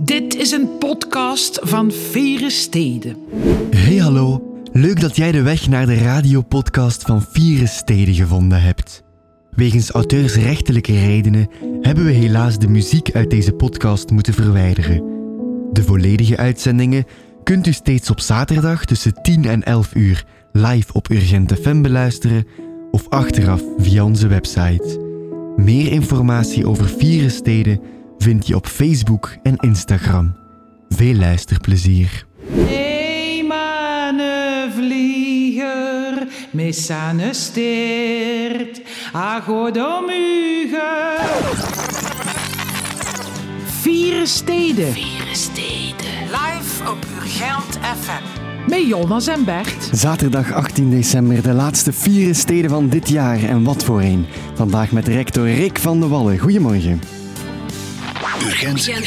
Dit is een podcast van Vieren Steden. Hey hallo, leuk dat jij de weg naar de radiopodcast van Vieren Steden gevonden hebt. Wegens auteursrechtelijke redenen hebben we helaas de muziek uit deze podcast moeten verwijderen. De volledige uitzendingen kunt u steeds op zaterdag tussen 10 en 11 uur live op Urgent FM beluisteren of achteraf via onze website. Meer informatie over Vieren Steden vind je op Facebook en Instagram. Veel luisterplezier. Hey manenvlieger, mis aan een steert, agodomuge. Vieren Steden. Live op Urgent FM. Met Jonas en Bert. Zaterdag 18 december, de laatste Vieren Steden van dit jaar. En wat voor een. Vandaag met rector Rick van de Wallen. Goedemorgen. Urgent FM.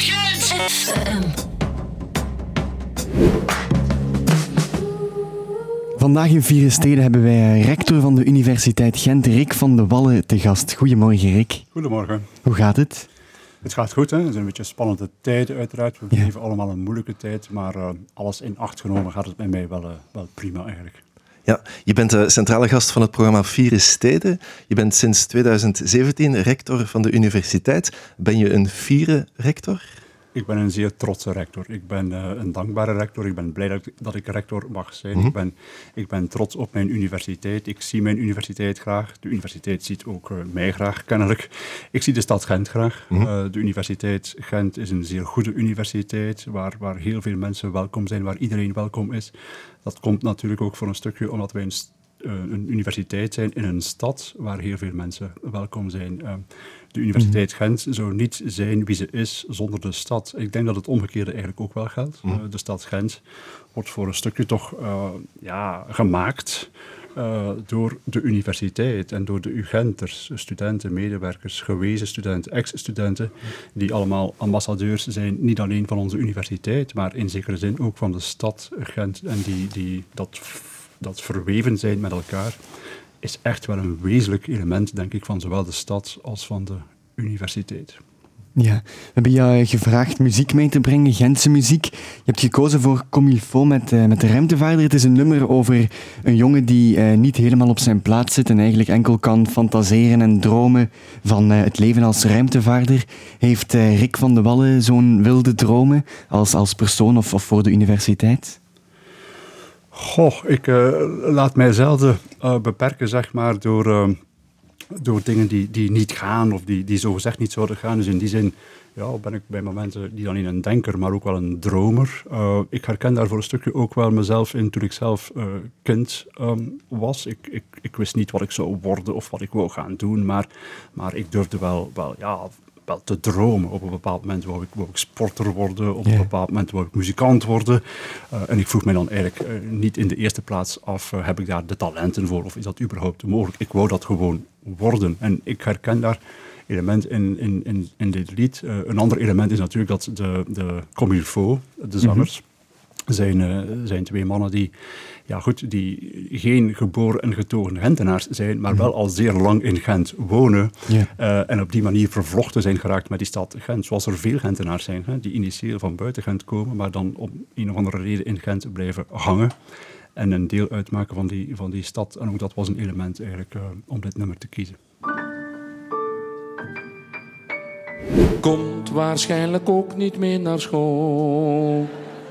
Vandaag in Vieren Steden hebben wij rector van de Universiteit Gent, Rick van de Wallen, te gast. Goedemorgen, Rick. Goedemorgen. Hoe gaat het? Het gaat goed, hè? Het zijn een beetje spannende tijden uiteraard. We beleven allemaal een moeilijke tijd, maar alles in acht genomen gaat het bij mij wel prima eigenlijk. Ja, je bent de centrale gast van het programma Vieren Steden. Je bent sinds 2017 rector van de universiteit. Ben je een fiere rector? Ik ben een zeer trotse rector. Ik ben een dankbare rector. Ik ben blij dat ik rector mag zijn. Ik ben trots op mijn universiteit. Ik zie mijn universiteit graag. De universiteit ziet ook mij graag, kennelijk. Ik zie de stad Gent graag. De universiteit Gent is een zeer goede universiteit, waar heel veel mensen welkom zijn, waar iedereen welkom is. Dat komt natuurlijk ook voor een stukje omdat wij een universiteit zijn in een stad waar heel veel mensen welkom zijn. De Universiteit Gent zou niet zijn wie ze is zonder de stad. Ik denk dat het omgekeerde eigenlijk ook wel geldt. De stad Gent wordt voor een stukje toch gemaakt door de universiteit en door de UGenters, studenten, medewerkers, gewezen studenten, ex-studenten, die allemaal ambassadeurs zijn, niet alleen van onze universiteit, maar in zekere zin ook van de stad Gent en die dat verweven zijn met elkaar, is echt wel een wezenlijk element, denk ik, van zowel de stad als van de universiteit. Ja, we hebben jou gevraagd muziek mee te brengen, Gentse muziek. Je hebt gekozen voor Comme il faut met de Ruimtevaarder. Het is een nummer over een jongen die niet helemaal op zijn plaats zit en eigenlijk enkel kan fantaseren en dromen van het leven als ruimtevaarder. Heeft Rick van de Wallen zo'n wilde dromen als persoon of voor de universiteit? Ik laat mij zelden beperken, zeg maar, door dingen die niet gaan of die zogezegd niet zouden gaan. Dus in die zin ben ik bij momenten niet alleen een denker, maar ook wel een dromer. Ik herken daar voor een stukje ook wel mezelf in toen ik zelf kind was. Ik wist niet wat ik zou worden of wat ik wou gaan doen, maar ik durfde wel te dromen. Op een bepaald moment wou ik sporter worden, op een bepaald moment wou ik muzikant worden. En ik vroeg mij dan eigenlijk niet in de eerste plaats af, heb ik daar de talenten voor of is dat überhaupt mogelijk? Ik wou dat gewoon worden. En ik herken daar element in dit lied. Een ander element is natuurlijk dat de Comme il faut, de zangers, zijn twee mannen die geen geboren en getogen Gentenaars zijn, maar wel al zeer lang in Gent wonen. En op die manier vervlochten zijn geraakt met die stad Gent. Zoals er veel Gentenaars zijn, die initieel van buiten Gent komen, maar dan om een of andere reden in Gent blijven hangen. En een deel uitmaken van die stad. En ook dat was een element eigenlijk om dit nummer te kiezen. Komt waarschijnlijk ook niet meer naar school.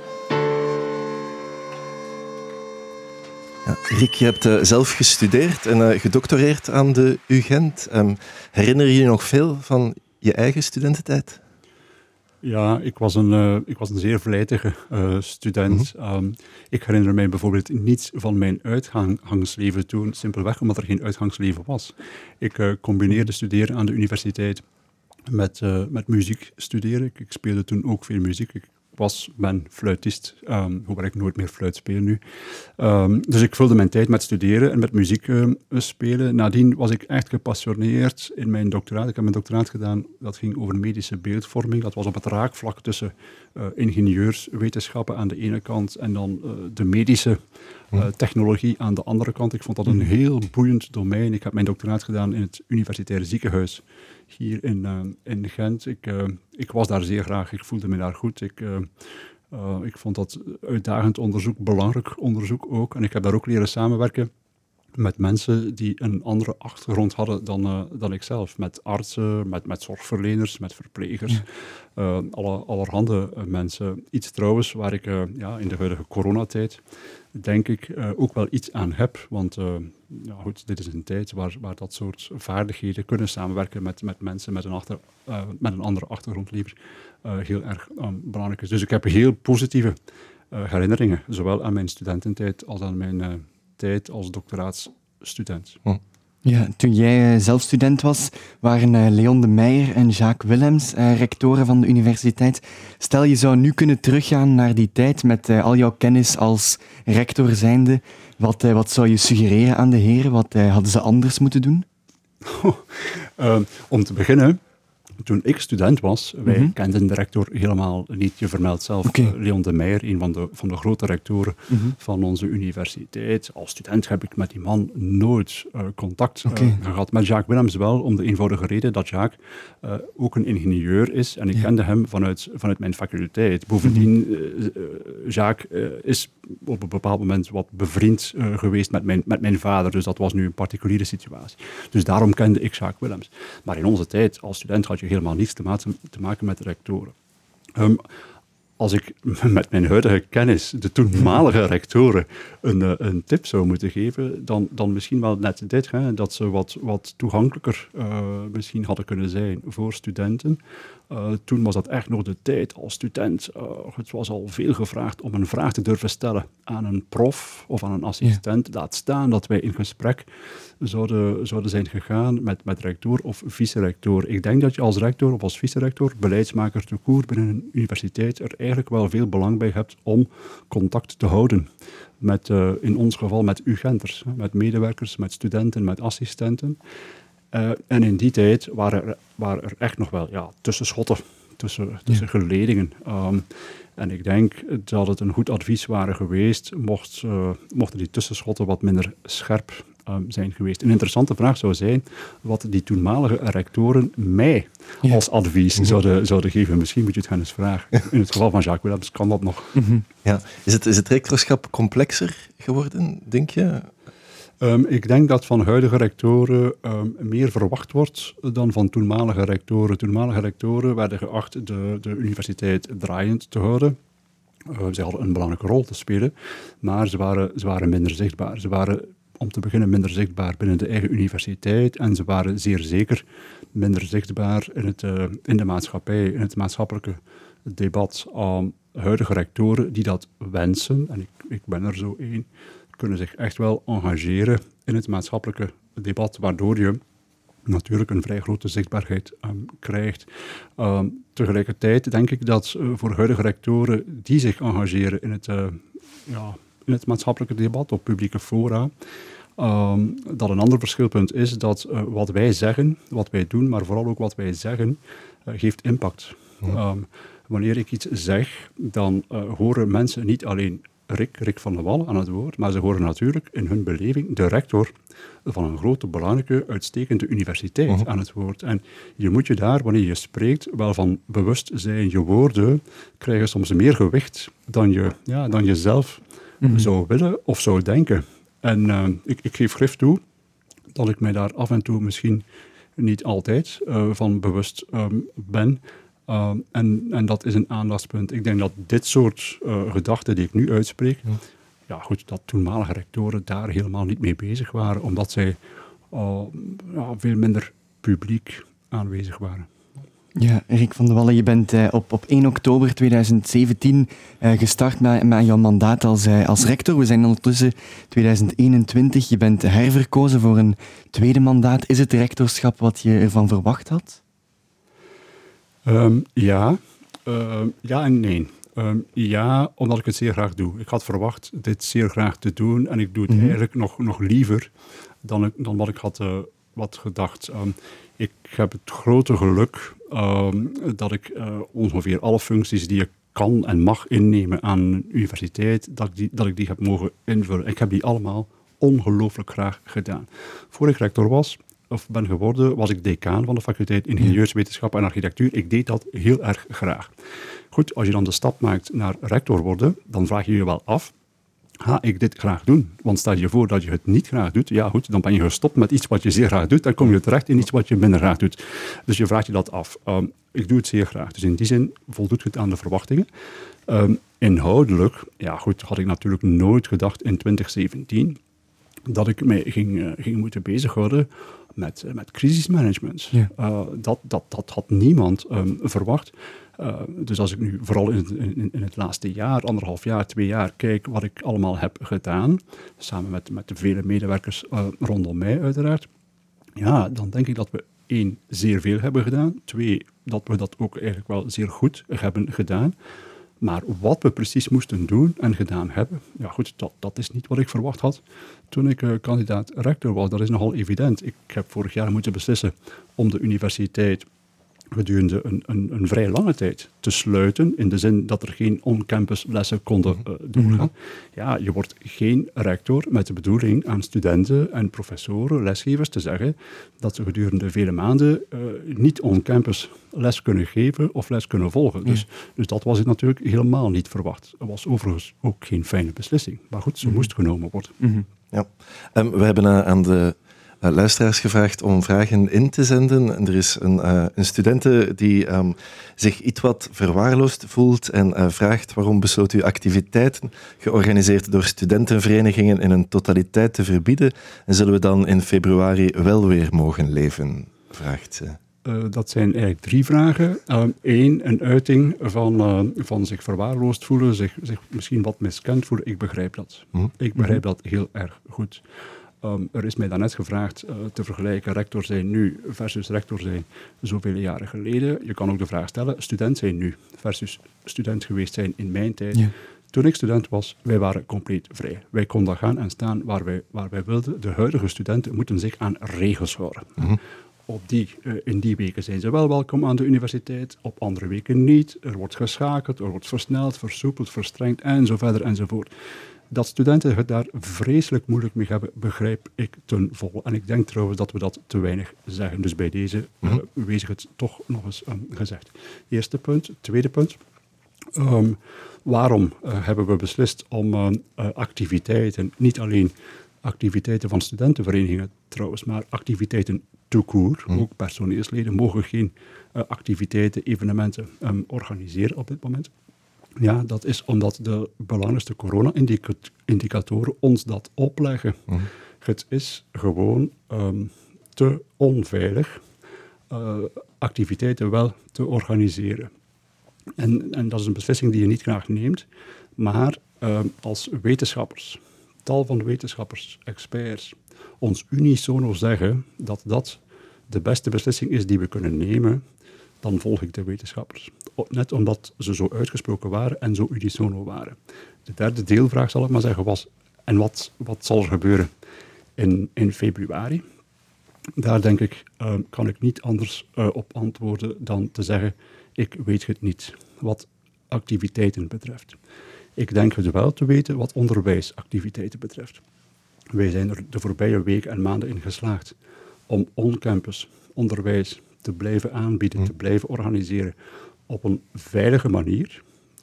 Ja, Rick, je hebt zelf gestudeerd en gedoctoreerd aan de UGent. Herinner je je nog veel van je eigen studententijd? Ja, ik was een zeer vlijtige student. Ik herinner mij bijvoorbeeld niets van mijn uitgangsleven toen, simpelweg omdat er geen uitgangsleven was. Ik combineerde studeren aan de universiteit met muziek studeren. Ik speelde toen ook veel muziek. Ik ben fluitist, hoewel ik nooit meer fluit speel nu. Dus ik vulde mijn tijd met studeren en met muziek spelen. Nadien was ik echt gepassioneerd in mijn doctoraat. Ik heb mijn doctoraat gedaan, dat ging over medische beeldvorming. Dat was op het raakvlak tussen ingenieurswetenschappen aan de ene kant en dan de medische technologie aan de andere kant. Ik vond dat een heel boeiend domein. Ik heb mijn doctoraat gedaan in het Universitaire Ziekenhuis hier in Gent. Ik was daar zeer graag, ik voelde me daar goed. Ik vond dat uitdagend onderzoek, belangrijk onderzoek ook. En ik heb daar ook leren samenwerken met mensen die een andere achtergrond hadden dan ikzelf. Met artsen, met zorgverleners, met verplegers, allerhande mensen. Iets trouwens waar ik in de huidige coronatijd denk ik ook wel iets aan heb. Want dit is een tijd waar dat soort vaardigheden kunnen samenwerken met mensen met een andere achtergrond liever heel erg belangrijk is. Dus ik heb heel positieve herinneringen, zowel aan mijn studententijd als aan mijn tijd als doctoraatsstudent. Ja, toen jij zelf student was, waren Leon de Meijer en Jacques Willems rectoren van de universiteit. Stel, je zou nu kunnen teruggaan naar die tijd met al jouw kennis als rector zijnde. Wat zou je suggereren aan de heren? Wat hadden ze anders moeten doen? Om te beginnen, toen ik student was, wij kenden de rector helemaal niet. Je vermeldt zelf Leon de Meijer, een van de grote rectoren van onze universiteit. Als student heb ik met die man nooit contact gehad. Met Jacques Willems wel, om de eenvoudige reden dat Jacques ook een ingenieur is. En ik kende hem vanuit mijn faculteit. Bovendien, Jacques is op een bepaald moment wat bevriend geweest met mijn vader. Dus dat was nu een particuliere situatie. Dus daarom kende ik Jacques Willems. Maar in onze tijd, als student, had je helemaal niets te maken met de rectoren. Als ik met mijn huidige kennis de toenmalige rectoren een tip zou moeten geven, dan misschien wel net dit, dat ze wat toegankelijker misschien hadden kunnen zijn voor studenten. Toen was dat echt nog de tijd als student. Het was al veel gevraagd om een vraag te durven stellen aan een prof of aan een assistent. Ja. Laat staan dat wij in gesprek zouden zijn gegaan met rector of vice-rector. Ik denk dat je als rector of als vice-rector, beleidsmaker te koer binnen een universiteit, er eigenlijk wel veel belang bij hebt om contact te houden. In ons geval met UGenters, met medewerkers, met studenten, met assistenten. En in die tijd waren er echt nog wel tussenschotten, tussen geledingen. En ik denk dat het een goed advies waren geweest, mochten die tussenschotten wat minder scherp zijn geweest. Een interessante vraag zou zijn wat die toenmalige rectoren mij als advies zouden geven. Misschien moet je het gaan eens vragen. In het geval van Jacques Willems kan dat nog. Ja. Is het rectorschap complexer geworden, denk je? Ik denk dat van huidige rectoren meer verwacht wordt dan van toenmalige rectoren. Toenmalige rectoren werden geacht de universiteit draaiend te houden. Ze hadden een belangrijke rol te spelen, maar ze waren minder zichtbaar. Ze waren om te beginnen minder zichtbaar binnen de eigen universiteit en ze waren zeer zeker minder zichtbaar in de maatschappij, in het maatschappelijke debat. Huidige rectoren die dat wensen, en ik ben er zo één, kunnen zich echt wel engageren in het maatschappelijke debat, waardoor je natuurlijk een vrij grote zichtbaarheid krijgt. Tegelijkertijd denk ik dat voor huidige rectoren die zich engageren in het maatschappelijke debat, op publieke fora, dat een ander verschilpunt is dat wat wij zeggen, wat wij doen, maar vooral ook wat wij zeggen, geeft impact. Wanneer ik iets zeg, dan horen mensen niet alleen Rick van der Wallen aan het woord, maar ze horen natuurlijk in hun beleving de rector van een grote, belangrijke, uitstekende universiteit aan het woord. En je moet je daar, wanneer je spreekt, wel van bewust zijn. Je woorden krijgen soms meer gewicht dan je zelf zou willen of zou denken. En ik geef grif toe dat ik mij daar af en toe misschien niet altijd van bewust ben. En dat is een aandachtspunt. Ik denk dat dit soort gedachten die ik nu uitspreek, dat toenmalige rectoren daar helemaal niet mee bezig waren, omdat zij veel minder publiek aanwezig waren. Ja, Rick van der Wallen, je bent op 1 oktober 2017 gestart met jouw mandaat als rector. We zijn ondertussen 2021. Je bent herverkozen voor een tweede mandaat. Is het rectorschap wat je ervan verwacht had? Ja en nee. Ja, omdat ik het zeer graag doe. Ik had verwacht dit zeer graag te doen en ik doe het eigenlijk nog liever dan wat ik had gedacht. Ik heb het grote geluk dat ik ongeveer alle functies die ik kan en mag innemen aan een universiteit, dat ik die heb mogen invullen. Ik heb die allemaal ongelooflijk graag gedaan. Voor ik rector was, of ben geworden, was ik decaan van de faculteit Ingenieurswetenschappen en Architectuur. Ik deed dat heel erg graag. Goed, als je dan de stap maakt naar rector worden, dan vraag je je wel af, ga ik dit graag doen? Want stel je voor dat je het niet graag doet, ja goed, dan ben je gestopt met iets wat je zeer graag doet, dan kom je terecht in iets wat je minder graag doet. Dus je vraagt je dat af. Ik doe het zeer graag. Dus in die zin voldoet het aan de verwachtingen. Inhoudelijk, ja goed, had ik natuurlijk nooit gedacht in 2017 dat ik mij ging moeten bezighouden met crisismanagement. Ja. Dat had niemand verwacht. Dus als ik nu vooral in het laatste jaar, 1,5 jaar, 2 jaar, kijk wat ik allemaal heb gedaan, samen met de vele medewerkers rondom mij uiteraard, ja, dan denk ik dat we 1, zeer veel hebben gedaan. 2, dat we dat ook eigenlijk wel zeer goed hebben gedaan. Maar wat we precies moesten doen en gedaan hebben, ja goed, dat is niet wat ik verwacht had toen ik kandidaat rector was. Dat is nogal evident. Ik heb vorig jaar moeten beslissen om de universiteit gedurende een vrij lange tijd te sluiten, in de zin dat er geen on-campus lessen konden doorgaan. Ja, je wordt geen rector met de bedoeling aan studenten en professoren, lesgevers te zeggen dat ze gedurende vele maanden niet on-campus les kunnen geven of les kunnen volgen. Dus dat was ik natuurlijk helemaal niet verwacht. Dat was overigens ook geen fijne beslissing. Maar goed, ze moest genomen worden. Ja. We hebben aan de luisteraars gevraagd om vragen in te zenden. En er is een studente die zich iets wat verwaarloosd voelt en vraagt waarom besloot u activiteiten georganiseerd door studentenverenigingen in een totaliteit te verbieden en zullen we dan in februari wel weer mogen leven, vraagt ze. Dat zijn eigenlijk 3 vragen. 1, een uiting van zich verwaarloosd voelen, zich misschien wat miskend voelen. Ik begrijp dat. Ik begrijp dat heel erg goed. Er is mij daarnet gevraagd te vergelijken rector zijn nu versus rector zijn zoveel jaren geleden. Je kan ook de vraag stellen, student zijn nu versus student geweest zijn in mijn tijd. Ja. Toen ik student was, wij waren compleet vrij. Wij konden gaan en staan waar wij wilden. De huidige studenten moeten zich aan regels houden. In die weken zijn ze wel welkom aan de universiteit, op andere weken niet. Er wordt geschakeld, er wordt versneld, versoepeld, verstrengd en zo verder enzovoort. Dat studenten het daar vreselijk moeilijk mee hebben, begrijp ik ten volle. En ik denk trouwens dat we dat te weinig zeggen. Dus bij deze wees ik het toch nog eens gezegd. Eerste punt. Tweede punt. Waarom hebben we beslist om activiteiten, niet alleen activiteiten van studentenverenigingen trouwens, maar activiteiten tout court, ook personeelsleden mogen geen activiteiten, evenementen organiseren op dit moment. Ja, dat is omdat de belangrijkste corona-indicatoren ons dat opleggen. Het is gewoon te onveilig activiteiten wel te organiseren. En dat is een beslissing die je niet graag neemt, maar als wetenschappers, tal van wetenschappers, experts, ons unisono zeggen dat dat de beste beslissing is die we kunnen nemen, dan volg ik de wetenschappers. Net omdat ze zo uitgesproken waren en zo unisono waren. De derde deelvraag, zal ik maar zeggen, was, en wat zal er gebeuren in februari? Daar denk ik, kan ik niet anders op antwoorden dan te zeggen, ik weet het niet, wat activiteiten betreft. Ik denk het wel te weten wat onderwijsactiviteiten betreft. Wij zijn er de voorbije weken en maanden in geslaagd om on-campus onderwijs te blijven aanbieden, te blijven organiseren op een veilige manier.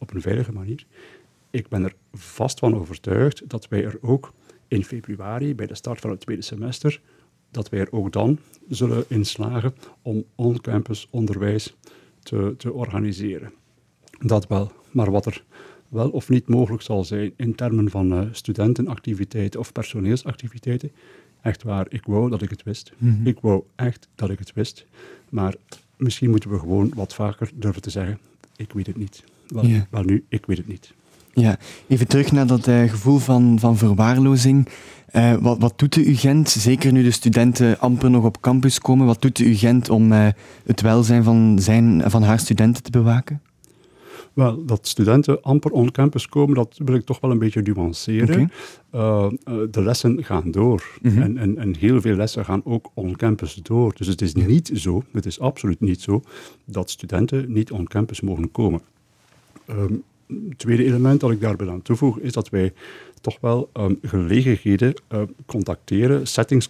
Ik ben er vast van overtuigd dat wij er ook in februari, bij de start van het tweede semester, dat wij er ook dan zullen in slagen om on-campus onderwijs te organiseren. Dat wel, maar wat er wel of niet mogelijk zal zijn in termen van studentenactiviteiten of personeelsactiviteiten, echt waar, ik wou dat ik het wist. Ik wou echt dat ik het wist. Maar misschien moeten we gewoon wat vaker durven te zeggen, ik weet het niet. Wel nu, ik weet het niet. Ja, even terug naar dat gevoel van verwaarlozing. Wat doet de UGent, zeker nu de studenten amper nog op campus komen, wat doet de UGent om het welzijn van haar studenten te bewaken? Wel, dat studenten amper on-campus komen, dat wil ik toch wel een beetje nuanceren. Okay. De lessen gaan door. En heel veel lessen gaan ook on-campus door. Dus het is niet zo, het is absoluut niet zo, dat studenten niet on-campus mogen komen. Het tweede element dat ik daarbij aan toevoeg, is dat wij toch wel gelegenheden contacteren, settings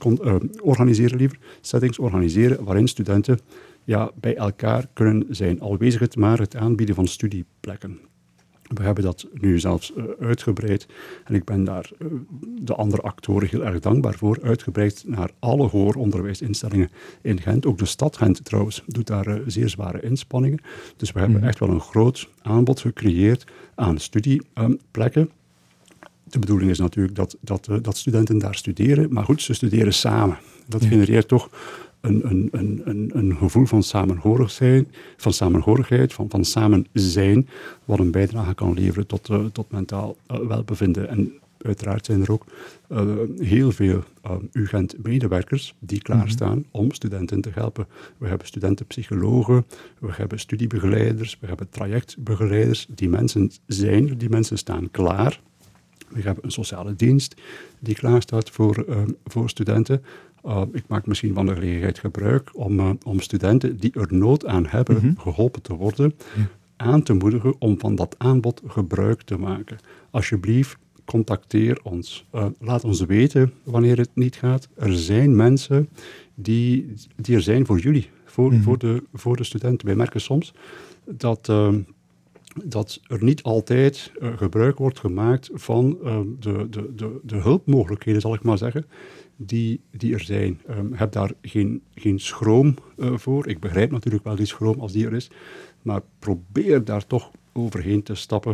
organiseren waarin studenten bij elkaar kunnen zijn. Al wees het maar het aanbieden van studieplekken. We hebben dat nu zelfs uitgebreid en ik ben daar de andere actoren heel erg dankbaar voor, uitgebreid naar alle hoger onderwijsinstellingen in Gent. Ook de stad Gent trouwens doet daar zeer zware inspanningen. Dus we hebben echt wel een groot aanbod gecreëerd aan studieplekken. De bedoeling is natuurlijk dat studenten daar studeren, maar goed, ze studeren samen. Dat genereert toch een gevoel van samenhorigheid, van samen zijn, wat een bijdrage kan leveren tot mentaal welbevinden. En uiteraard zijn er ook heel veel UGent-medewerkers die klaarstaan om studenten te helpen. We hebben studentenpsychologen, we hebben studiebegeleiders, we hebben trajectbegeleiders. Die mensen staan klaar. We hebben een sociale dienst die klaar staat voor studenten. Ik maak misschien van de gelegenheid gebruik om studenten die er nood aan hebben geholpen te worden, aan te moedigen om van dat aanbod gebruik te maken. Alsjeblieft, contacteer ons. Laat ons weten wanneer het niet gaat. Er zijn mensen die er zijn voor jullie, voor de studenten. Wij merken soms dat er niet altijd gebruik wordt gemaakt van de hulpmogelijkheden, zal ik maar zeggen, die er zijn. Heb daar geen schroom voor. Ik begrijp natuurlijk wel die schroom als die er is, maar probeer daar toch overheen te stappen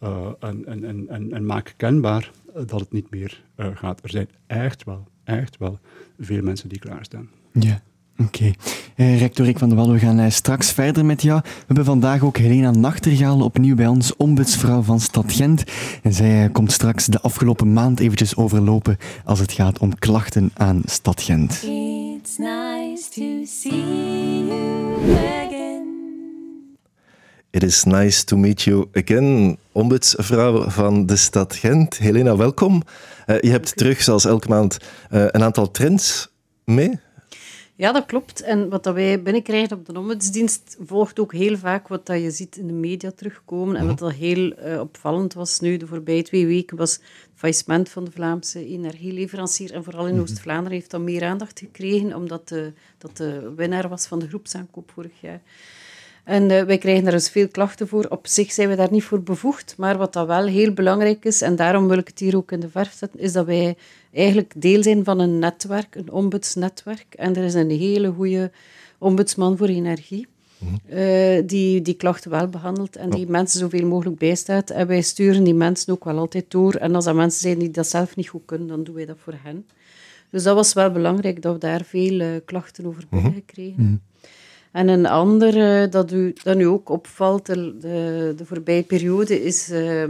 en maak kenbaar dat het niet meer gaat. Er zijn echt wel veel mensen die klaarstaan. Ja. Oké. Rector Rick van de Wallen, we gaan straks verder met jou. We hebben vandaag ook Helena Nachtergaal opnieuw bij ons, ombudsvrouw van Stad Gent. En zij komt straks de afgelopen maand eventjes overlopen als het gaat om klachten aan Stad Gent. It's nice to see you again. It is nice to meet you again, ombudsvrouw van de Stad Gent. Helena, welkom. Je hebt terug, zoals elke maand, een aantal trends mee. Ja, dat klopt. En wat dat wij binnenkrijgen op de ombudsdienst volgt ook heel vaak wat dat je ziet in de media terugkomen. En wat dat heel opvallend was nu, de voorbije 2 weken, was het faillissement van de Vlaamse energieleverancier. En vooral in Oost-Vlaanderen heeft dat meer aandacht gekregen, omdat dat de winnaar was van de groepsaankoop vorig jaar. En wij krijgen daar dus veel klachten voor. Op zich zijn we daar niet voor bevoegd, maar wat dat wel heel belangrijk is, en daarom wil ik het hier ook in de verf zetten, is dat wij eigenlijk deel zijn van een netwerk, een ombudsnetwerk. En er is een hele goede ombudsman voor energie, die klachten wel behandelt en die mensen zoveel mogelijk bijstaat. En wij sturen die mensen ook wel altijd door. En als er mensen zijn die dat zelf niet goed kunnen, dan doen wij dat voor hen. Dus dat was wel belangrijk, dat we daar veel klachten over binnengekregen. En een ander dat nu ook opvalt, de voorbije periode, is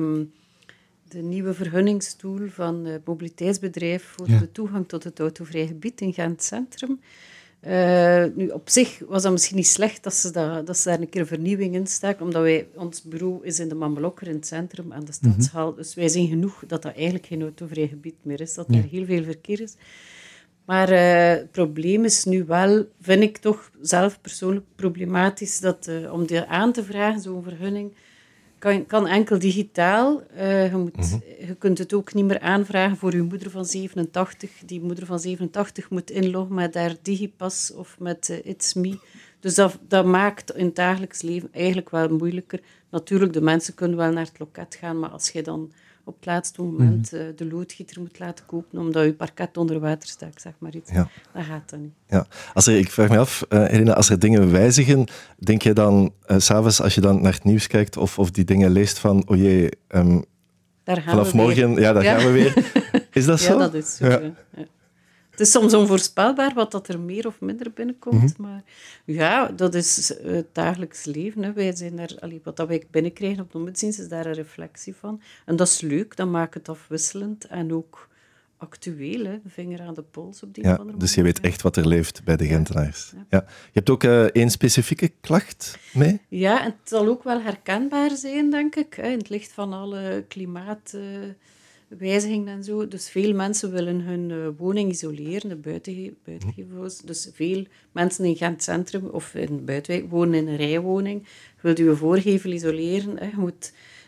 de nieuwe vergunningstool van het mobiliteitsbedrijf voor de toegang tot het autovrij gebied in Gent Centrum. Nu, op zich was dat misschien niet slecht dat ze daar een keer een vernieuwing in staken, omdat ons bureau is in de Mambelokker in het centrum aan de Stadshal. Dus wij zien genoeg dat eigenlijk geen autovrij gebied meer is, dat er heel veel verkeer is. Maar het probleem is nu wel, vind ik toch zelf persoonlijk problematisch, dat om die aan te vragen, zo'n vergunning, kan enkel digitaal. Je kunt het ook niet meer aanvragen voor je moeder van 87. Die moeder van 87 moet inloggen met haar digipas of met It's Me. Dus dat maakt in het dagelijks leven eigenlijk wel moeilijker. Natuurlijk, de mensen kunnen wel naar het loket gaan, maar als je dan op het laatste moment de loodgieter moet laten kopen omdat je parket onder water staat, zeg maar iets. Ja. Dat gaat dan niet. Ja. Ik vraag me af, Helena, als er dingen wijzigen, denk je dan, 's avonds als je dan naar het nieuws kijkt of die dingen leest van, oh jee, vanaf morgen, daar gaan we weer. Is dat zo? Ja, dat is zo. Ja. Het is soms onvoorspelbaar wat er meer of minder binnenkomt, maar ja, dat is het dagelijks leven. Hè. Wij zijn daar, wat wij binnenkrijgen op de ombudsdienst is daar een reflectie van. En dat is leuk, dat maakt het afwisselend en ook actueel, hè. De vinger aan de pols op die of andere manier. Dus je weet echt wat er leeft bij de Gentenaars. Ja. Je hebt ook één specifieke klacht mee? Ja, en het zal ook wel herkenbaar zijn, denk ik, hè, in het licht van alle klimaatwijzigingen en zo. Dus veel mensen willen hun woning isoleren, de buitengewoons. Dus veel mensen in Gent Centrum of in Buitenwijk wonen in een rijwoning. Wil je voorgevel isoleren, hè. Je moet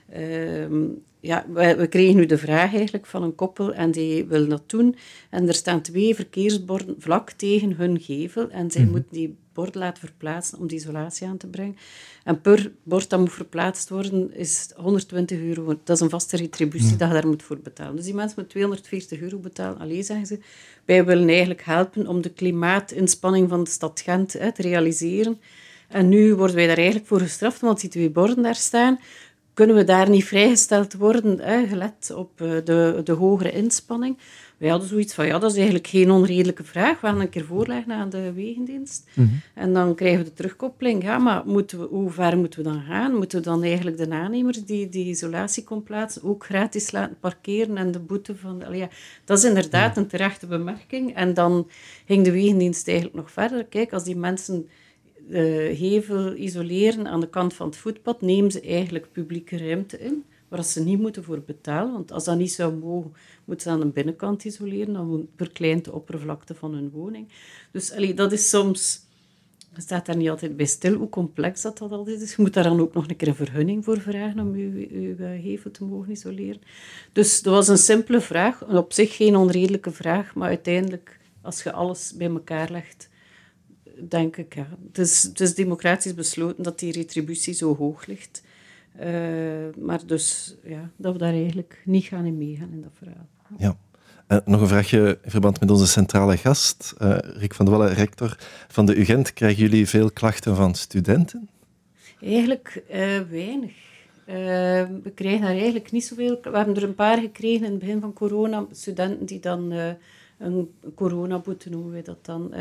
We kregen nu de vraag eigenlijk van een koppel en die wil dat doen. En er staan 2 verkeersborden vlak tegen hun gevel en zij moeten die bord laten verplaatsen om de isolatie aan te brengen. En per bord dat moet verplaatst worden is €120. Dat is een vaste retributie dat je daar moet voor betalen. Dus die mensen moeten €240 betalen. Allee, zeggen ze, wij willen eigenlijk helpen om de klimaatinspanning van de stad Gent te realiseren. En nu worden wij daar eigenlijk voor gestraft, want die 2 borden daar staan. Kunnen we daar niet vrijgesteld worden, gelet op de hogere inspanning? Wij hadden zoiets van, dat is eigenlijk geen onredelijke vraag. We gaan een keer voorleggen aan de wegendienst. En dan krijgen we de terugkoppeling. Ja, maar hoe ver moeten we dan gaan? Moeten we dan eigenlijk de aannemer die isolatie kon plaatsen ook gratis laten parkeren en de boete van... dat is inderdaad een terechte bemerking. En dan ging de wegendienst eigenlijk nog verder. Kijk, als die mensen... de gevel isoleren aan de kant van het voetpad, nemen ze eigenlijk publieke ruimte in, waar ze niet moeten voor betalen. Want als dat niet zou mogen, moeten ze aan de binnenkant isoleren, dan verkleint de oppervlakte van hun woning. Dus dat is soms... Je staat daar niet altijd bij stil hoe complex dat altijd is. Je moet daar dan ook nog een keer een vergunning voor vragen om je gevel te mogen isoleren. Dus dat was een simpele vraag, op zich geen onredelijke vraag, maar uiteindelijk, als je alles bij elkaar legt, denk ik, ja. Het is democratisch besloten dat die retributie zo hoog ligt. Maar dus, dat we daar eigenlijk niet gaan in meegaan in dat verhaal. Ja. Nog een vraagje in verband met onze centrale gast, Rick van de Wallen, rector van de UGent. Krijgen jullie veel klachten van studenten? Eigenlijk weinig. We krijgen daar eigenlijk niet zoveel... We hebben er een paar gekregen in het begin van corona. Studenten die dan een coronaboete noemen wij dat dan,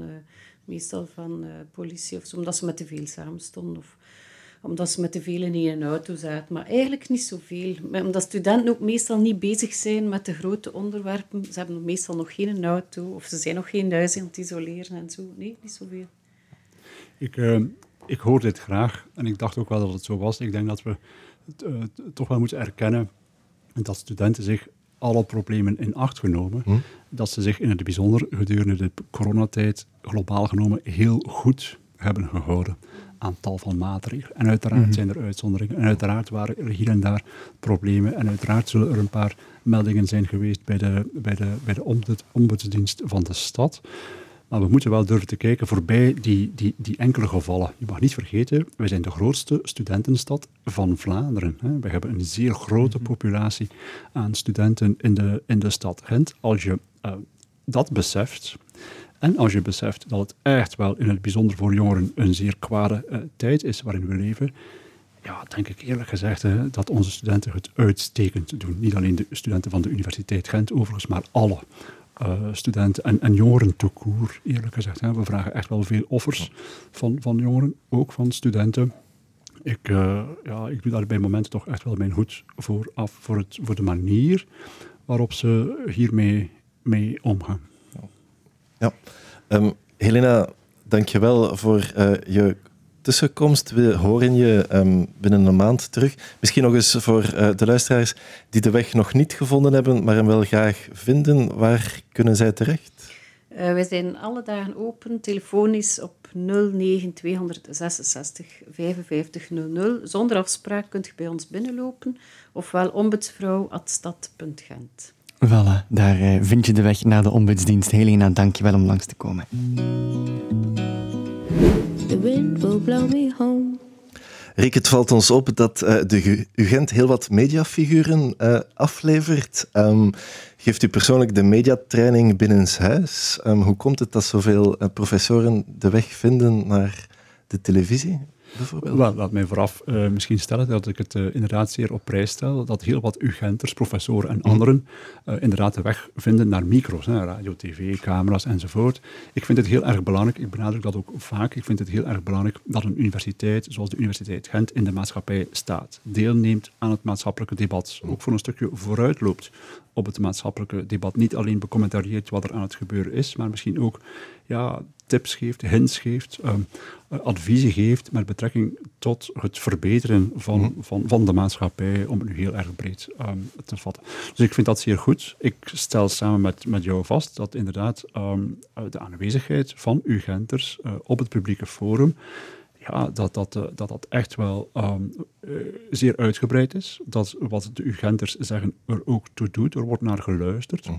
meestal van politie of zo, omdat ze met te veel samen stonden of omdat ze met te veel in één auto zaten. Maar eigenlijk niet zoveel. Omdat studenten ook meestal niet bezig zijn met de grote onderwerpen. Ze hebben meestal nog geen auto of ze zijn nog geen huis aan het isoleren en zo. Nee, niet zoveel. Ik hoor dit graag en ik dacht ook wel dat het zo was. Ik denk dat we toch wel moeten erkennen dat studenten zich alle problemen in acht genomen, dat ze zich in het bijzonder gedurende de coronatijd globaal genomen heel goed hebben gehouden aan tal van maatregelen. En uiteraard zijn er uitzonderingen. En uiteraard waren er hier en daar problemen. En uiteraard zullen er een paar meldingen zijn geweest bij de ombudsdienst van de stad. Maar we moeten wel durven te kijken voorbij die enkele gevallen. Je mag niet vergeten, wij zijn de grootste studentenstad van Vlaanderen. We hebben een zeer grote populatie aan studenten in de stad Gent. Als je dat beseft, en als je beseft dat het echt wel in het bijzonder voor jongeren een zeer kwade tijd is waarin we leven, ja, denk ik eerlijk gezegd dat onze studenten het uitstekend doen. Niet alleen de studenten van de Universiteit Gent overigens, maar alle studenten en jongeren tout court, eerlijk gezegd. We vragen echt wel veel offers van jongeren, ook van studenten. Ik doe daar bij momenten toch echt wel mijn hoed voor af, voor de manier waarop ze hiermee omgaan. Ja. Helena, dank je wel voor je tussenkomst. We horen je binnen een maand terug. Misschien nog eens voor de luisteraars die de weg nog niet gevonden hebben, maar hem wel graag vinden. Waar kunnen zij terecht? Wij zijn alle dagen open, telefonisch op 09 266 5500. Zonder afspraak kunt je bij ons binnenlopen, ofwel ombudsvrouw@stad.gent. Voilà, daar vind je de weg naar de ombudsdienst. Helena, dank je wel om langs te komen. The wind will blow me home. Rick, het valt ons op dat de UGent heel wat mediafiguren aflevert. Geeft u persoonlijk de mediatraining binnenshuis? Hoe komt het dat zoveel professoren de weg vinden naar de televisie? Wel, laat mij vooraf misschien stellen dat ik het inderdaad zeer op prijs stel dat heel wat UGenters, professoren en anderen inderdaad de weg vinden naar micro's, radio, tv, camera's enzovoort. Ik vind het heel erg belangrijk, ik benadruk dat ook vaak, ik vind het heel erg belangrijk dat een universiteit zoals de Universiteit Gent in de maatschappij staat, deelneemt aan het maatschappelijke debat, ook voor een stukje vooruitloopt op het maatschappelijke debat. Niet alleen becommentarieert wat er aan het gebeuren is, maar misschien ook tips geeft, hints geeft, adviezen geeft met betrekking tot het verbeteren van de maatschappij, om het nu heel erg breed te vatten. Dus ik vind dat zeer goed. Ik stel samen met jou vast dat inderdaad de aanwezigheid van UGenters op het publieke forum, dat echt wel zeer uitgebreid is, dat wat de UGenters zeggen er ook toe doet, er wordt naar geluisterd.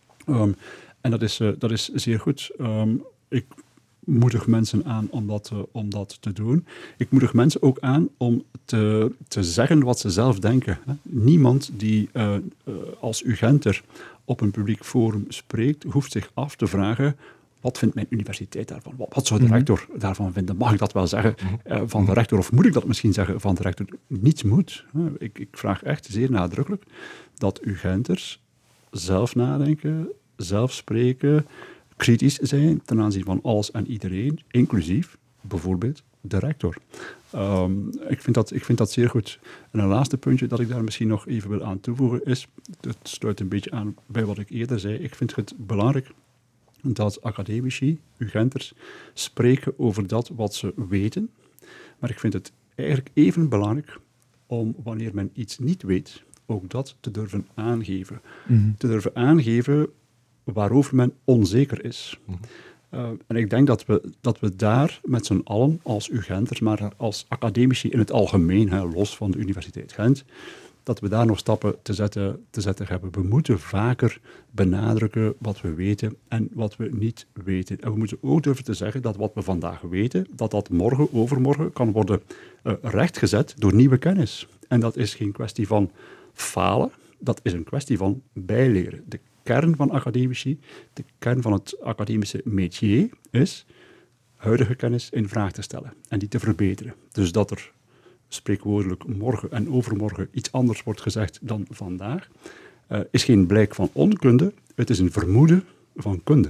En dat is zeer goed. Ik moedig mensen aan om dat te doen. Ik moedig mensen ook aan om te zeggen wat ze zelf denken. Hè. Niemand die als UGenter op een publiek forum spreekt, hoeft zich af te vragen: wat vindt mijn universiteit daarvan? Wat zou de rector daarvan vinden? Mag ik dat wel zeggen van de rector? Of moet ik dat misschien zeggen van de rector? Niets moet. Ik vraag echt zeer nadrukkelijk dat UGenters zelf nadenken, zelf spreken, kritisch zijn ten aanzien van alles en iedereen, inclusief bijvoorbeeld de rector. Ik vind dat zeer goed. En een laatste puntje dat ik daar misschien nog even wil aan toevoegen is, het sluit een beetje aan bij wat ik eerder zei, ik vind het belangrijk dat academici, UGenters, spreken over dat wat ze weten. Maar ik vind het eigenlijk even belangrijk om, wanneer men iets niet weet, ook dat te durven aangeven. Te durven aangeven waarover men onzeker is. En ik denk dat we daar met z'n allen, als UGenters, maar als academici in het algemeen, los van de Universiteit Gent, dat we daar nog stappen te zetten hebben. We moeten vaker benadrukken wat we weten en wat we niet weten. En we moeten ook durven te zeggen dat wat we vandaag weten, dat morgen, overmorgen kan worden rechtgezet door nieuwe kennis. En dat is geen kwestie van falen, dat is een kwestie van bijleren. De kern van academici, de kern van het academische métier is huidige kennis in vraag te stellen en die te verbeteren. Dus dat er spreekwoordelijk morgen en overmorgen iets anders wordt gezegd dan vandaag, is geen blijk van onkunde, het is een vermoeden van kunde.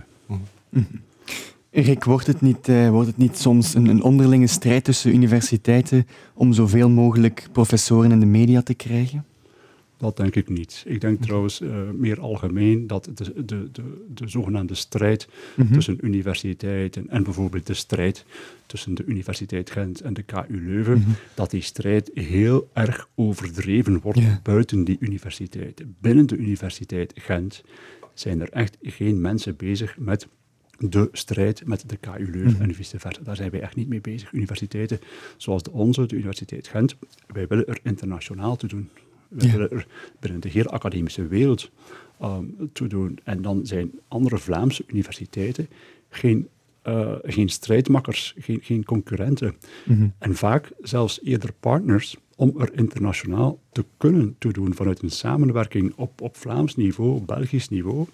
Rick, wordt het niet soms een onderlinge strijd tussen universiteiten om zoveel mogelijk professoren in de media te krijgen? Dat denk ik niet. Ik denk trouwens meer algemeen dat de zogenaamde strijd tussen universiteiten en bijvoorbeeld de strijd tussen de Universiteit Gent en de KU Leuven, dat die strijd heel erg overdreven wordt buiten die universiteiten. Binnen de Universiteit Gent zijn er echt geen mensen bezig met de strijd met de KU Leuven en vice versa. Daar zijn wij echt niet mee bezig. Universiteiten zoals de onze, de Universiteit Gent, wij willen er internationaal toe doen. We willen er binnen de hele academische wereld toe doen. En dan zijn andere Vlaamse universiteiten geen strijdmakkers, geen concurrenten. En vaak zelfs eerder partners om er internationaal te kunnen toedoen vanuit een samenwerking op Vlaams niveau, Belgisch niveau.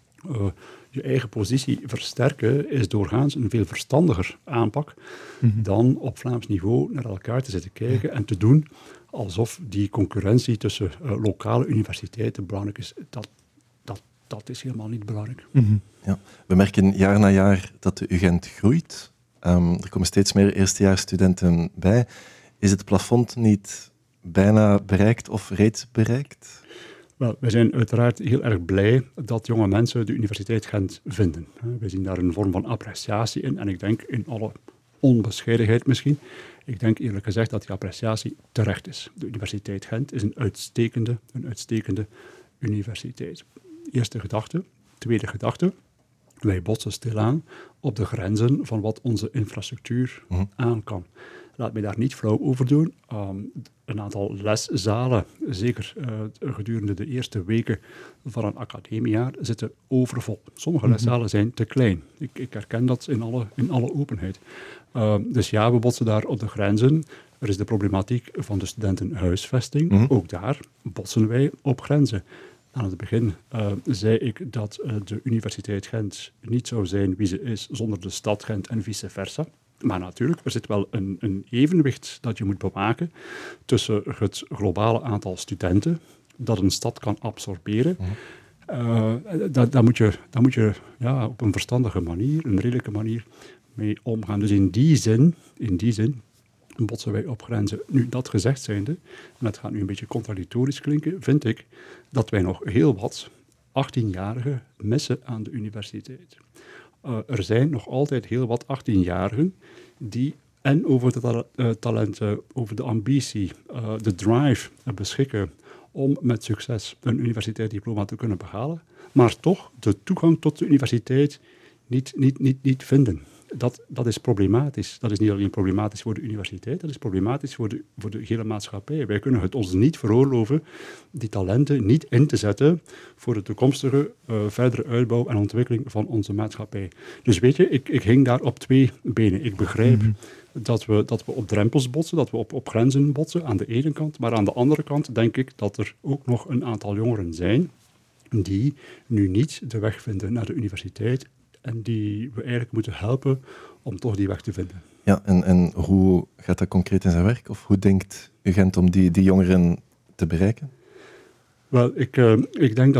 Je eigen positie versterken is doorgaans een veel verstandiger aanpak dan op Vlaams niveau naar elkaar te zitten kijken en te doen alsof die concurrentie tussen lokale universiteiten belangrijk is. Dat is helemaal niet belangrijk. Ja, we merken jaar na jaar dat de UGent groeit. Er komen steeds meer eerstejaarsstudenten bij. Is het plafond niet bijna bereikt of reeds bereikt? Wel, wij zijn uiteraard heel erg blij dat jonge mensen de Universiteit Gent vinden. Wij zien daar een vorm van appreciatie in en ik denk in alle onbescheidenheid misschien, ik denk eerlijk gezegd dat die appreciatie terecht is. De Universiteit Gent is een uitstekende universiteit. Eerste gedachte. Tweede gedachte. Wij botsen stilaan op de grenzen van wat onze infrastructuur aan kan. Laat mij daar niet flauw over doen. Een aantal leszalen, zeker gedurende de eerste weken van een academiejaar, zitten overvol. Sommige leszalen zijn te klein. Ik herken dat in alle openheid. Dus ja, we botsen daar op de grenzen. Er is de problematiek van de studentenhuisvesting. Ook daar botsen wij op grenzen. Aan het begin zei ik dat de Universiteit Gent niet zou zijn wie ze is zonder de stad Gent en vice versa. Maar natuurlijk, er zit wel een evenwicht dat je moet bewaken tussen het globale aantal studenten dat een stad kan absorberen. Daar moet je op een verstandige manier, een redelijke manier mee omgaan. Dus in die zin botsen wij op grenzen. Nu, dat gezegd zijnde, en dat gaat nu een beetje contradictorisch klinken, vind ik dat wij nog heel wat 18-jarigen missen aan de universiteit. Er zijn nog altijd heel wat 18-jarigen die en over de talenten, over de ambitie, de drive beschikken om met succes een universiteitsdiploma te kunnen behalen, maar toch de toegang tot de universiteit niet vinden. dat is problematisch. Dat is niet alleen problematisch voor de universiteit, dat is problematisch voor de hele maatschappij. Wij kunnen het ons niet veroorloven die talenten niet in te zetten voor de toekomstige verdere uitbouw en ontwikkeling van onze maatschappij. Dus weet je, ik hing daar op 2 benen. Ik begrijp dat we op drempels botsen, dat we op grenzen botsen aan de ene kant, maar aan de andere kant denk ik dat er ook nog een aantal jongeren zijn die nu niet de weg vinden naar de universiteit en die we eigenlijk moeten helpen om toch die weg te vinden. Ja, en hoe gaat dat concreet in zijn werk? Of hoe denkt UGent om die jongeren te bereiken? Wel, ik denk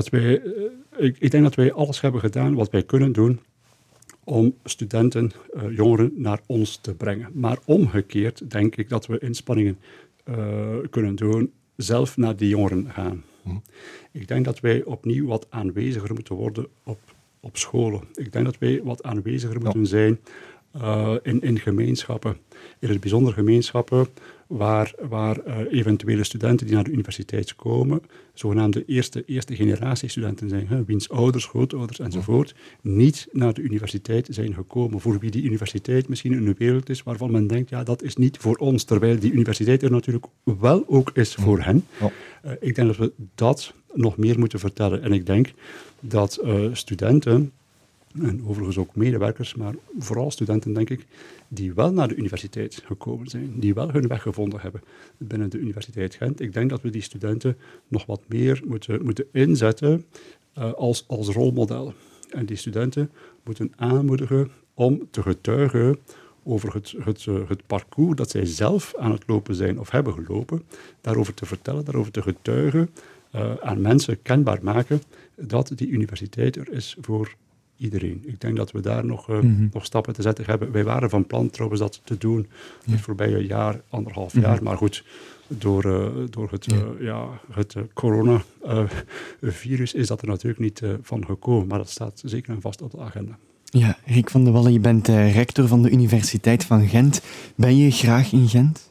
dat wij alles hebben gedaan wat wij kunnen doen om studenten, jongeren naar ons te brengen. Maar omgekeerd denk ik dat we inspanningen kunnen doen, zelf naar die jongeren gaan. Ik denk dat wij opnieuw wat aanweziger moeten worden op scholen. Ik denk dat wij wat aanweziger moeten zijn in gemeenschappen. In het bijzonder gemeenschappen waar eventuele studenten die naar de universiteit komen, zogenaamde eerste generatie studenten zijn, wiens ouders, grootouders enzovoort, niet naar de universiteit zijn gekomen. Voor wie die universiteit misschien een wereld is waarvan men denkt, ja, dat is niet voor ons, terwijl die universiteit er natuurlijk wel ook is voor hen. Ik denk dat we dat nog meer moeten vertellen. En ik denk dat studenten, en overigens ook medewerkers, maar vooral studenten, denk ik, die wel naar de universiteit gekomen zijn, die wel hun weg gevonden hebben binnen de Universiteit Gent. Ik denk dat we die studenten nog wat meer moeten inzetten als rolmodel. En die studenten moeten aanmoedigen om te getuigen over het parcours dat zij zelf aan het lopen zijn of hebben gelopen, daarover te vertellen, daarover te getuigen, aan mensen kenbaar maken dat die universiteit er is voor iedereen. Ik denk dat we daar nog stappen te zetten hebben. Wij waren van plan trouwens dat te doen het voorbije jaar, 1,5 jaar, maar goed, door het coronavirus is dat er natuurlijk niet van gekomen, maar dat staat zeker en vast op de agenda. Ja, Rick van de Wallen, je bent rector van de Universiteit van Gent. Ben je graag in Gent?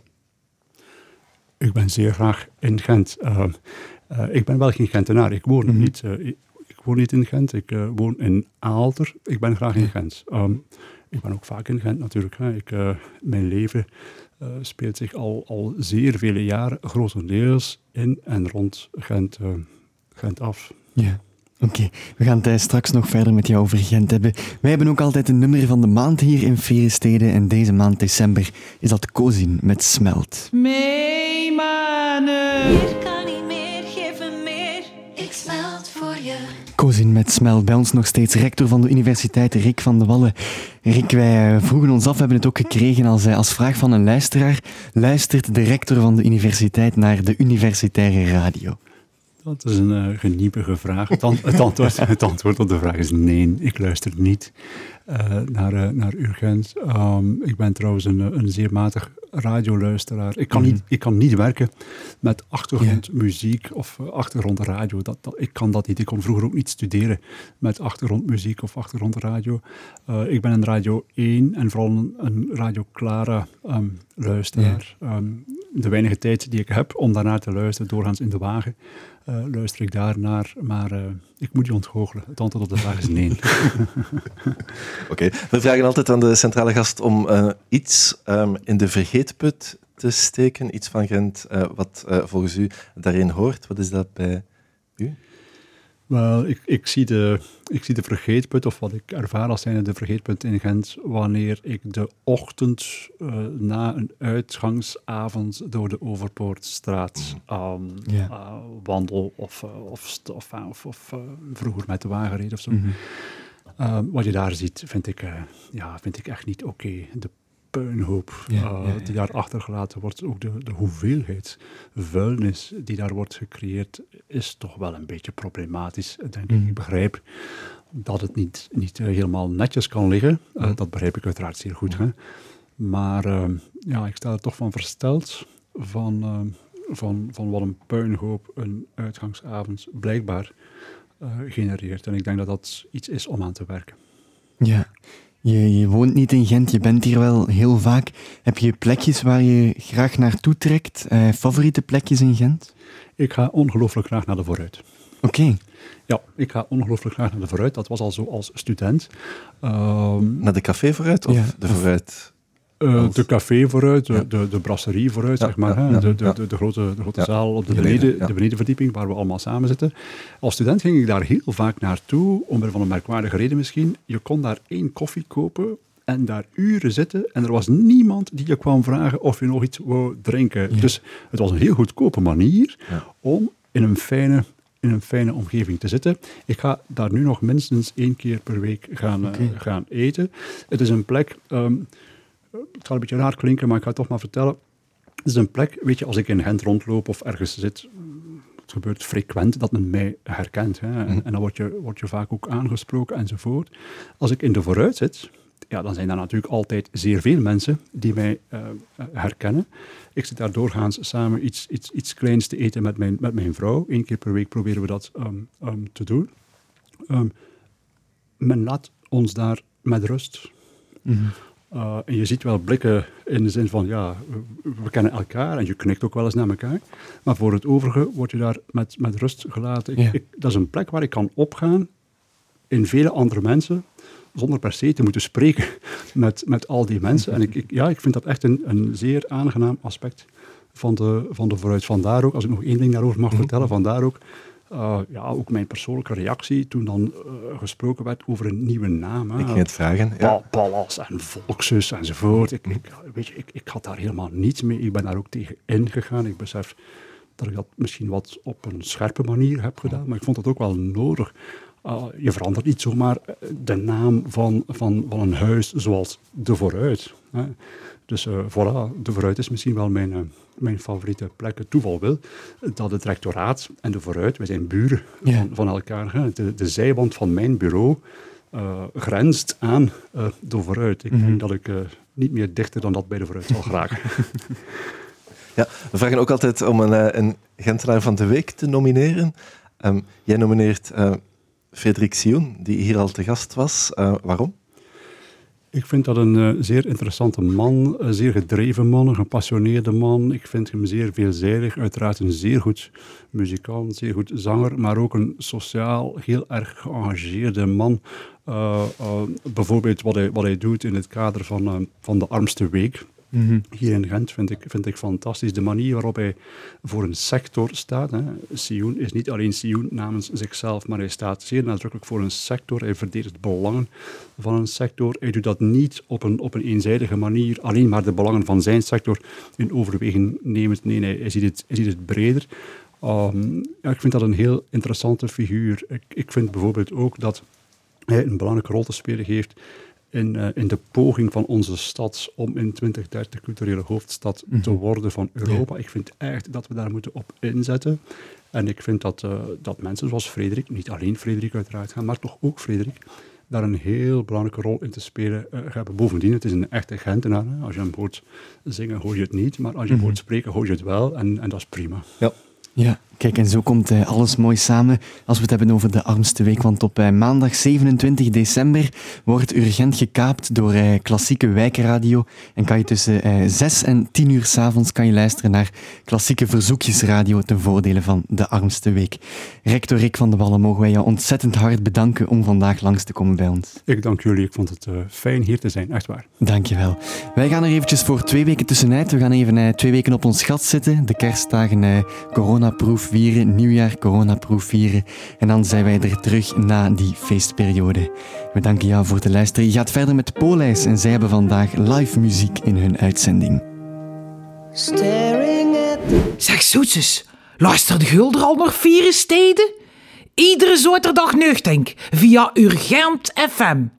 Ik ben zeer graag in Gent. Ik ben wel geen Gentenaar. Ik woon niet... Ik woon niet in Gent, ik woon in Aalter. Ik ben graag in Gent. Ik ben ook vaak in Gent natuurlijk. Mijn leven speelt zich al zeer vele jaren grotendeels in en rond Gent af. Ja, oké. We gaan het straks nog verder met jou over Gent hebben. Wij hebben ook altijd een nummer van de maand hier in Veerestede. En deze maand december is dat Kozin met Smelt. Mee mannen. Meer kan niet meer, geef me meer. Ik smelt voor je. Kozin met Smelt, bij ons nog steeds rector van de universiteit, Rick van de Wallen. Rick, wij vroegen ons af, we hebben het ook gekregen als vraag van een luisteraar. Luistert de rector van de universiteit naar de universitaire radio? Dat is een geniepige vraag. Het antwoord op de vraag is nee, ik luister niet naar UGent. Ik ben trouwens een zeer matig radioluisteraar. Ik kan niet werken met achtergrondmuziek of achtergrondradio. Ik kan dat niet. Ik kon vroeger ook niet studeren met achtergrondmuziek of achtergrondradio. Ik ben een Radio 1 en vooral een Radio Clara luisteraar. De weinige tijd die ik heb om daarnaar te luisteren, doorgaans in de wagen, luister ik daarnaar, maar ik moet je ontgoochelen. Het antwoord op de vraag is nee. Oké. We vragen altijd aan de centrale gast om iets in de vergeetput te steken, iets van Gent, wat volgens u daarin hoort. Wat is dat bij u? Wel, ik zie de vergeetput, of wat ik ervaar als zijnde de vergeetput in Gent, wanneer ik de ochtend na een uitgangsavond door de Overpoortstraat wandel of vroeger met de wagen reed of zo. Wat je daar ziet, vind ik echt niet oké. De puinhoop die daar achtergelaten wordt, ook de hoeveelheid vuilnis die daar wordt gecreëerd, is toch wel een beetje problematisch, denk ik. Ik begrijp dat het niet helemaal netjes kan liggen. Dat begrijp ik uiteraard zeer goed. Hè? Maar ik sta er toch van versteld van wat een puinhoop een uitgangsavond blijkbaar genereert. En ik denk dat dat iets is om aan te werken. Ja. Je woont niet in Gent, je bent hier wel heel vaak. Heb je plekjes waar je graag naartoe trekt? Favoriete plekjes in Gent? Ik ga ongelooflijk graag naar de Vooruit. Oké. Ja, ik ga ongelooflijk graag naar de Vooruit. Dat was al zo als student. Naar de café vooruit of de vooruit? De café vooruit, de brasserie vooruit, zeg maar. Ja. De grote zaal op de benedenverdieping, waar we allemaal samen zitten. Als student ging ik daar heel vaak naartoe, omwille van een merkwaardige reden misschien. Je kon daar 1 koffie kopen en daar uren zitten en er was niemand die je kwam vragen of je nog iets wou drinken. Ja. Dus het was een heel goedkope manier om in een fijne omgeving te zitten. Ik ga daar nu nog minstens 1 keer per week gaan eten. Het is een plek... het gaat een beetje raar klinken, maar ik ga het toch maar vertellen. Het is een plek, weet je, als ik in Gent rondloop of ergens zit, het gebeurt frequent dat men mij herkent. Hè, en dan word je vaak ook aangesproken enzovoort. Als ik in de Vooruit zit, ja, dan zijn daar natuurlijk altijd zeer veel mensen die mij herkennen. Ik zit daar doorgaans samen iets kleins te eten met mijn vrouw. 1 keer per week proberen we dat te doen. Men laat ons daar met rust. Mm-hmm. En je ziet wel blikken in de zin van, ja, we kennen elkaar en je knikt ook wel eens naar elkaar. Maar voor het overige word je daar met rust gelaten. Dat is een plek waar ik kan opgaan in vele andere mensen, zonder per se te moeten spreken met al die mensen. En ik vind dat echt een zeer aangenaam aspect van de Vooruit. Vandaar ook, als ik nog 1 ding daarover mag vertellen, vandaar ook, ook mijn persoonlijke reactie toen dan gesproken werd over een nieuwe naam. Ik ging het vragen. Ja. Pallas en Volkshus enzovoort. Ik had daar helemaal niets mee. Ik ben daar ook tegen ingegaan. Ik besef dat ik dat misschien wat op een scherpe manier heb gedaan, maar ik vond het ook wel nodig. Je verandert niet zomaar de naam van een huis zoals de Vooruit. Hè. Dus voilà, de Vooruit is misschien wel mijn favoriete plek. Het toeval wil dat het rectoraat en de Vooruit, wij zijn buren van elkaar. Hè. De zijwand van mijn bureau grenst aan de Vooruit. Ik denk dat ik niet meer dichter dan dat bij de Vooruit zal geraken. Ja, we vragen ook altijd om een Gentenaar van de Week te nomineren. Jij nomineert Frederik Sioen, die hier al te gast was. Waarom? Ik vind dat een zeer interessante man, een zeer gedreven man, een gepassioneerde man. Ik vind hem zeer veelzijdig, uiteraard een zeer goed muzikant, zeer goed zanger, maar ook een sociaal heel erg geëngageerde man. Bijvoorbeeld wat hij doet in het kader van de Armste Week. Mm-hmm. Hier in Gent vind ik fantastisch. De manier waarop hij voor een sector staat. Hè. Sioen is niet alleen Sioen namens zichzelf, maar hij staat zeer nadrukkelijk voor een sector. Hij verdedigt belangen van een sector. Hij doet dat niet op een eenzijdige manier, alleen maar de belangen van zijn sector in overweging nemend. Nee, hij ziet het breder. Ik vind dat een heel interessante figuur. Ik vind bijvoorbeeld ook dat hij een belangrijke rol te spelen heeft in de poging van onze stad om in 2030 culturele hoofdstad te worden van Europa. Ja. Ik vind echt dat we daar moeten op inzetten. En ik vind dat mensen zoals Frederik, niet alleen Frederik uiteraard gaan, maar toch ook Frederik, daar een heel belangrijke rol in te spelen hebben. Bovendien, het is een echte Gentenaar. Hè. Als je hem hoort zingen, hoor je het niet. Maar als je hem hoort spreken, hoor je het wel. En dat is prima. Ja, kijk, en zo komt alles mooi samen als we het hebben over de Armste Week. Want op maandag 27 december wordt Urgent gekaapt door klassieke wijkradio. En kan je tussen 6 en 10 uur 's avonds kan je luisteren naar klassieke verzoekjesradio ten voordele van de Armste Week. Rector Rick van de Wallen, mogen wij jou ontzettend hard bedanken om vandaag langs te komen bij ons. Ik dank jullie, ik vond het fijn hier te zijn, echt waar. Dankjewel. Wij gaan er eventjes voor 2 weken tussenuit. We gaan even 2 weken op ons gat zitten. De kerstdagen coronaproof vieren, nieuwjaar coronaproof vieren. En dan zijn wij er terug na die feestperiode. We danken jou voor het luisteren. Je gaat verder met Polijs en zij hebben vandaag live muziek in hun uitzending. Zeg zoetjes, luister de Gulder al nog 4 steden? Iedere zaterdag nuchtink via Urgent FM.